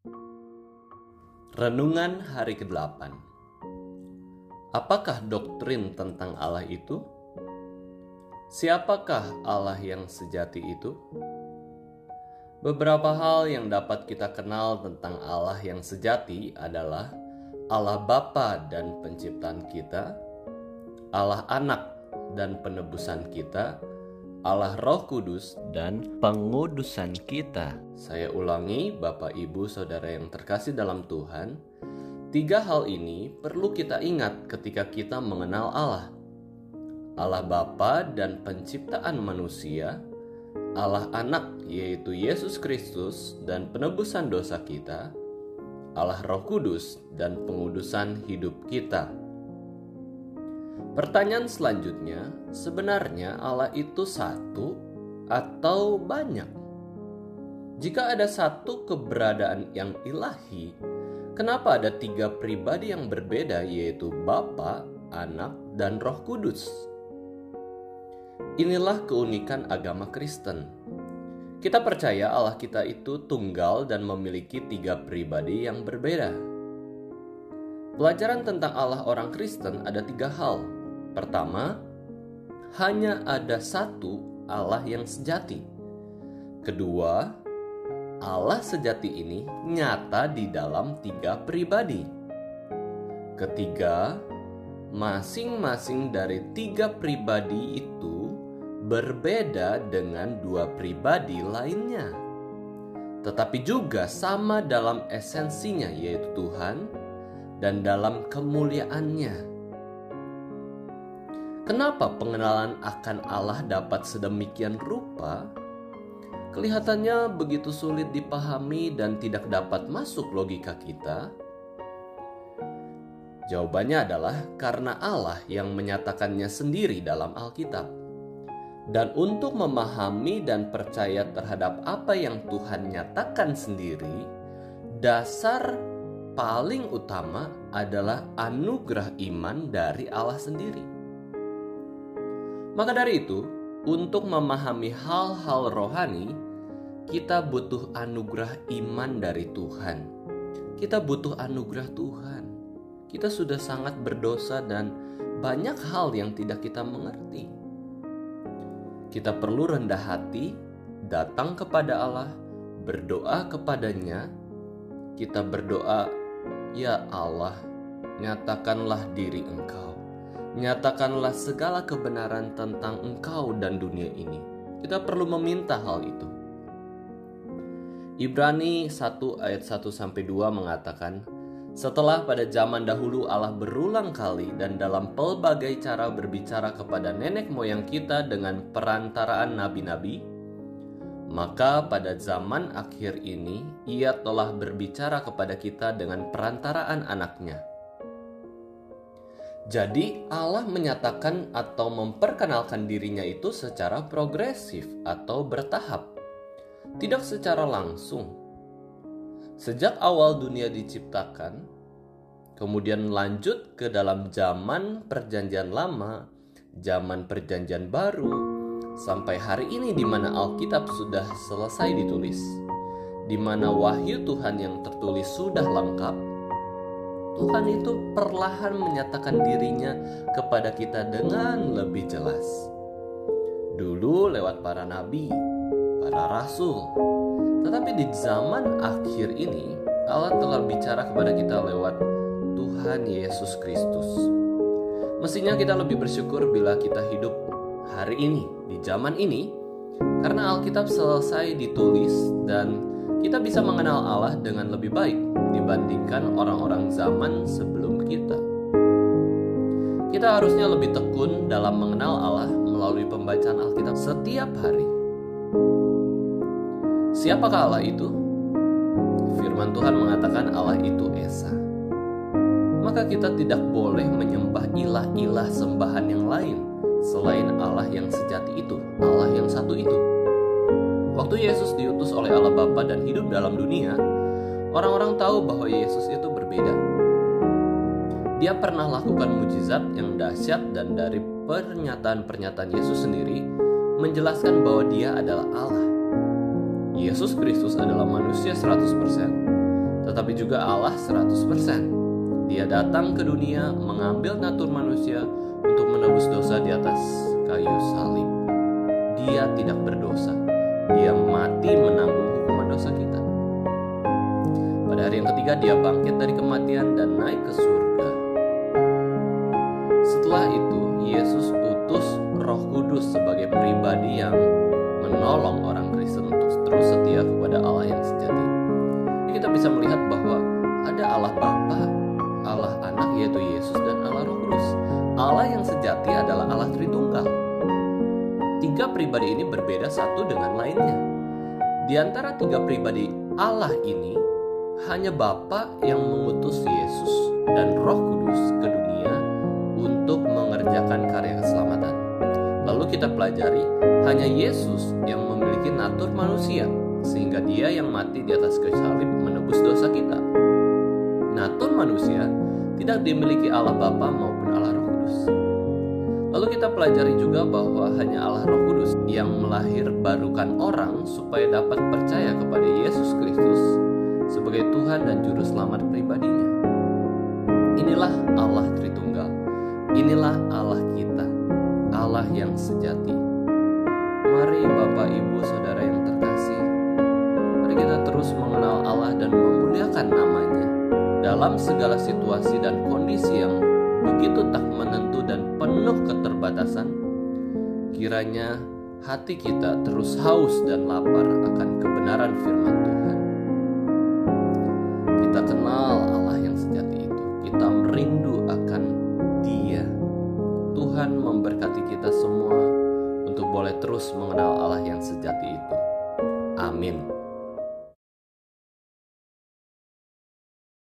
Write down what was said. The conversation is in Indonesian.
Renungan hari ke-8. Apakah doktrin tentang Allah itu? Siapakah Allah yang sejati itu? Beberapa hal yang dapat kita kenal tentang Allah yang sejati adalah Allah Bapa dan penciptaan kita, Allah Anak dan penebusan kita, Allah Roh Kudus dan pengudusan kita. Saya ulangi, Bapak, Ibu, Saudara yang terkasih dalam Tuhan, 3 hal ini perlu kita ingat ketika kita mengenal Allah. Allah Bapa dan penciptaan manusia, Allah Anak yaitu Yesus Kristus dan penebusan dosa kita, Allah Roh Kudus dan pengudusan hidup kita. Pertanyaan selanjutnya, sebenarnya Allah itu satu atau banyak? Jika ada satu keberadaan yang ilahi, kenapa ada 3 pribadi yang berbeda, yaitu Bapa, Anak, dan Roh Kudus? Inilah keunikan agama Kristen. Kita percaya Allah kita itu tunggal dan memiliki 3 pribadi yang berbeda. Pelajaran tentang Allah orang Kristen ada 3 hal. Pertama, hanya ada satu Allah yang sejati. Kedua, Allah sejati ini nyata di dalam 3 pribadi. Ketiga, masing-masing dari 3 pribadi itu berbeda dengan 2 pribadi lainnya, tetapi juga sama dalam esensinya, yaitu Tuhan, dan dalam kemuliaannya. Kenapa pengenalan akan Allah dapat sedemikian rupa? Kelihatannya begitu sulit dipahami dan tidak dapat masuk logika kita. Jawabannya adalah karena Allah yang menyatakannya sendiri dalam Alkitab. Dan untuk memahami dan percaya terhadap apa yang Tuhan nyatakan sendiri, dasar paling utama adalah anugerah iman dari Allah sendiri. Maka dari itu, untuk memahami hal-hal rohani, kita butuh anugerah iman dari Tuhan. Kita butuh anugerah Tuhan. Kita sudah sangat berdosa dan banyak hal yang tidak kita mengerti. Kita perlu rendah hati, datang kepada Allah, berdoa kepadanya. Kita berdoa, "Ya Allah, nyatakanlah diri Engkau. Nyatakanlah segala kebenaran tentang Engkau dan dunia ini." Kita perlu meminta hal itu. Ibrani 1 ayat 1-2 mengatakan, "Setelah pada zaman dahulu Allah berulang kali dan dalam pelbagai cara berbicara kepada nenek moyang kita dengan perantaraan nabi-nabi, maka pada zaman akhir ini Ia telah berbicara kepada kita dengan perantaraan Anaknya." Jadi Allah menyatakan atau memperkenalkan dirinya itu secara progresif atau bertahap, tidak secara langsung. Sejak awal dunia diciptakan, kemudian lanjut ke dalam zaman perjanjian lama, zaman perjanjian baru, sampai hari ini di mana Alkitab sudah selesai ditulis, di mana wahyu Tuhan yang tertulis sudah lengkap. Tuhan itu perlahan menyatakan dirinya kepada kita dengan lebih jelas. Dulu lewat para nabi, para rasul. Tetapi di zaman akhir ini, Allah telah bicara kepada kita lewat Tuhan Yesus Kristus. Mestinya kita lebih bersyukur bila kita hidup hari ini, di zaman ini, karena Alkitab selesai ditulis dan kita bisa mengenal Allah dengan lebih baik dibandingkan orang-orang zaman sebelum kita. Kita harusnya lebih tekun dalam mengenal Allah melalui pembacaan Alkitab setiap hari. Siapakah Allah itu? Firman Tuhan mengatakan Allah itu Esa. Maka kita tidak boleh menyembah ilah-ilah sembahan yang lain selain Allah yang sejati itu, Allah yang satu itu. Waktu Yesus diutus oleh Allah Bapa dan hidup dalam dunia, orang-orang tahu bahwa Yesus itu berbeda. Dia pernah lakukan mujizat yang dahsyat dan dari pernyataan-pernyataan Yesus sendiri menjelaskan bahwa Dia adalah Allah. Yesus Kristus adalah manusia 100%, tetapi juga Allah 100%. Dia datang ke dunia mengambil natur manusia untuk menebus dosa di atas kayu salib. Dia tidak berdosa. Dia mati menanggung hukuman dosa kita. Pada hari yang ketiga dia bangkit dari kematian dan naik ke surga. Setelah itu Yesus utus Roh Kudus sebagai pribadi yang menolong orang Kristen untuk terus setia kepada Allah yang sejati. Jadi kita bisa melihat bahwa ada Allah Bapa, Allah Anak yaitu Yesus, dan Allah Roh Kudus. Allah yang sejati adalah Allah Tritunggal. Tiga pribadi ini berbeda satu dengan lainnya. Di antara tiga pribadi Allah ini, hanya Bapa yang mengutus Yesus dan Roh Kudus ke dunia untuk mengerjakan karya keselamatan. Lalu kita pelajari, hanya Yesus yang memiliki natur manusia, sehingga dia yang mati di atas kayu salib menebus dosa kita. Natur manusia tidak dimiliki Allah Bapa maupun Allah Roh Kudus. Lalu kita pelajari juga bahwa hanya Allah Roh Kudus yang melahirbarukan orang supaya dapat percaya kepada Yesus Kristus sebagai Tuhan dan Juru Selamat pribadinya. Inilah Allah Tritunggal. Inilah Allah kita, Allah yang sejati. Mari Bapak, Ibu, Saudara yang terkasih, mari kita terus mengenal Allah dan memuliakan namanya dalam segala situasi dan kondisi yang begitu tak menentu dan penuh keterbatasan. Kiranya hati kita terus haus dan lapar akan kebenaran firman Tuhan. Kita kenal Allah yang sejati itu. Kita merindu akan Dia. Tuhan memberkati kita semua untuk boleh terus mengenal Allah yang sejati itu. Amin.